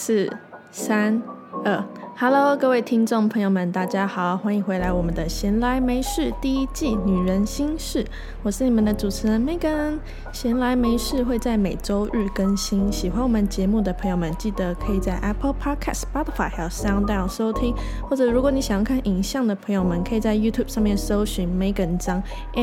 4、3、2。Hello， 各位听众朋友们，大家好，欢迎回来我们的闲来没事第一季女人心事，我是你们的主持人 Megan。闲来没事会在每周日更新，喜欢我们节目的朋友们，记得可以在 Apple Podcast、Spotify 还有 SoundOn 收听，或者如果你想要看影像的朋友们，可以在 YouTube 上面搜寻 Megan 张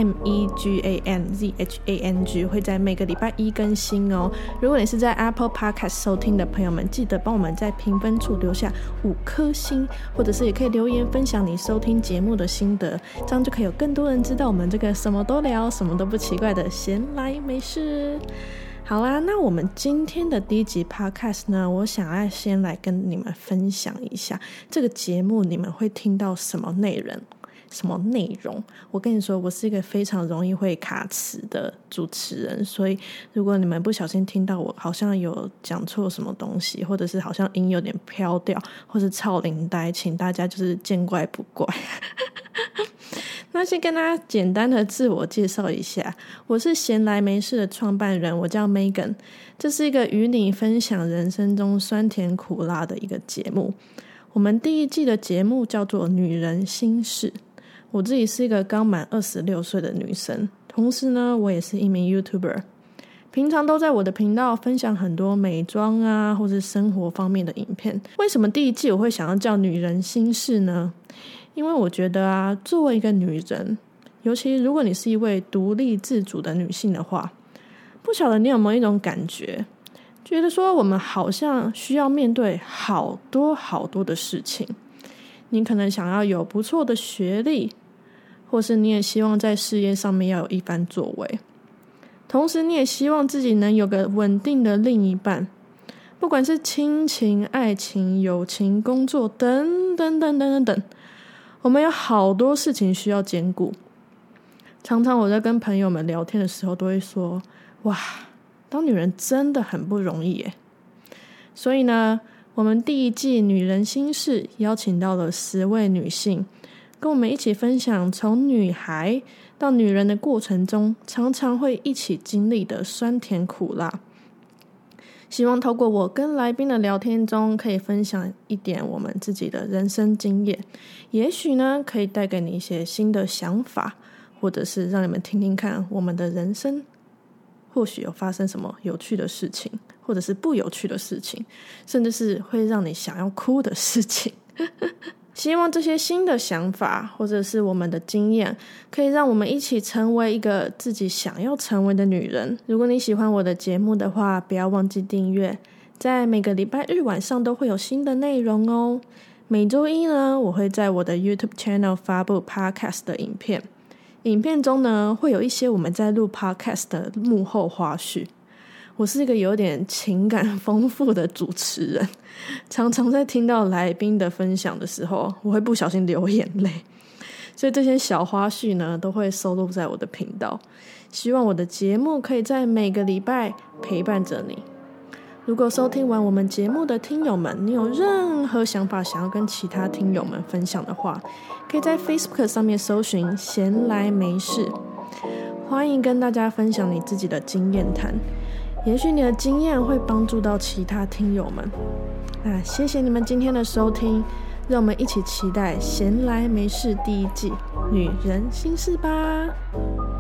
MEGANZHANG， 会在每个礼拜一更新哦。如果你是在 Apple Podcast 收听的朋友们，记得帮我们在评分处留下5颗星，或者是也可以留言分享你收听节目的心得，这样就可以有更多人知道我们这个什么都聊什么都不奇怪的闲来没事。好啦，那我们今天的第一集 podcast 呢，我想要先来跟你们分享一下这个节目你们会听到什么内容。我跟你说，我是一个非常容易会卡词的主持人，所以如果你们不小心听到我好像有讲错什么东西，或者是好像音有点飘掉，或是超龄呆，请大家就是见怪不怪。那先跟大家简单的自我介绍一下，我是闲来没事的创办人，我叫 Megan。 这是一个与你分享人生中酸甜苦辣的一个节目。我们第一季的节目叫做女人心事。我自己是一个刚满26岁的女生，同时呢我也是一名 YouTuber， 平常都在我的频道分享很多美妆啊或是生活方面的影片。为什么第一季我会想要叫女人心事呢？因为我觉得啊，作为一个女人，尤其如果你是一位独立自主的女性的话，不晓得你有没有一种感觉，觉得说我们好像需要面对好多的事情。你可能想要有不错的学历，或是你也希望在事业上面要有一番作为，同时你也希望自己能有个稳定的另一半，不管是亲情、爱情、友情、工作等等，我们有好多事情需要兼顾。常常我在跟朋友们聊天的时候都会说，哇，当女人真的很不容易耶。所以呢，我们第一季女人心事邀请到了10位女性，跟我们一起分享从女孩到女人的过程中常常会一起经历的酸甜苦辣。希望透过我跟来宾的聊天中，可以分享一点我们自己的人生经验，也许呢可以带给你一些新的想法，或者是让你们听听看我们的人生或许有发生什么有趣的事情，或者是不有趣的事情，甚至是会让你想要哭的事情。希望这些新的想法或者是我们的经验，可以让我们一起成为一个自己想要成为的女人。如果你喜欢我的节目的话，不要忘记订阅，在每个礼拜日晚上都会有新的内容哦。每周一呢，我会在我的 YouTube channel 发布 Podcast 的影片，影片中呢会有一些我们在录 Podcast 的幕后花絮。我是一个有点情感丰富的主持人，常常在听到来宾的分享的时候，我会不小心流眼泪，所以这些小花絮呢都会收录在我的频道。希望我的节目可以在每个礼拜陪伴着你。如果收听完我们节目的听友们，你有任何想法想要跟其他听友们分享的话，可以在 Facebook 上面搜寻闲来没事，欢迎跟大家分享你自己的经验谈，也许你的经验会帮助到其他听友们。那谢谢你们今天的收听，让我们一起期待闲来没事第一季女人心事吧。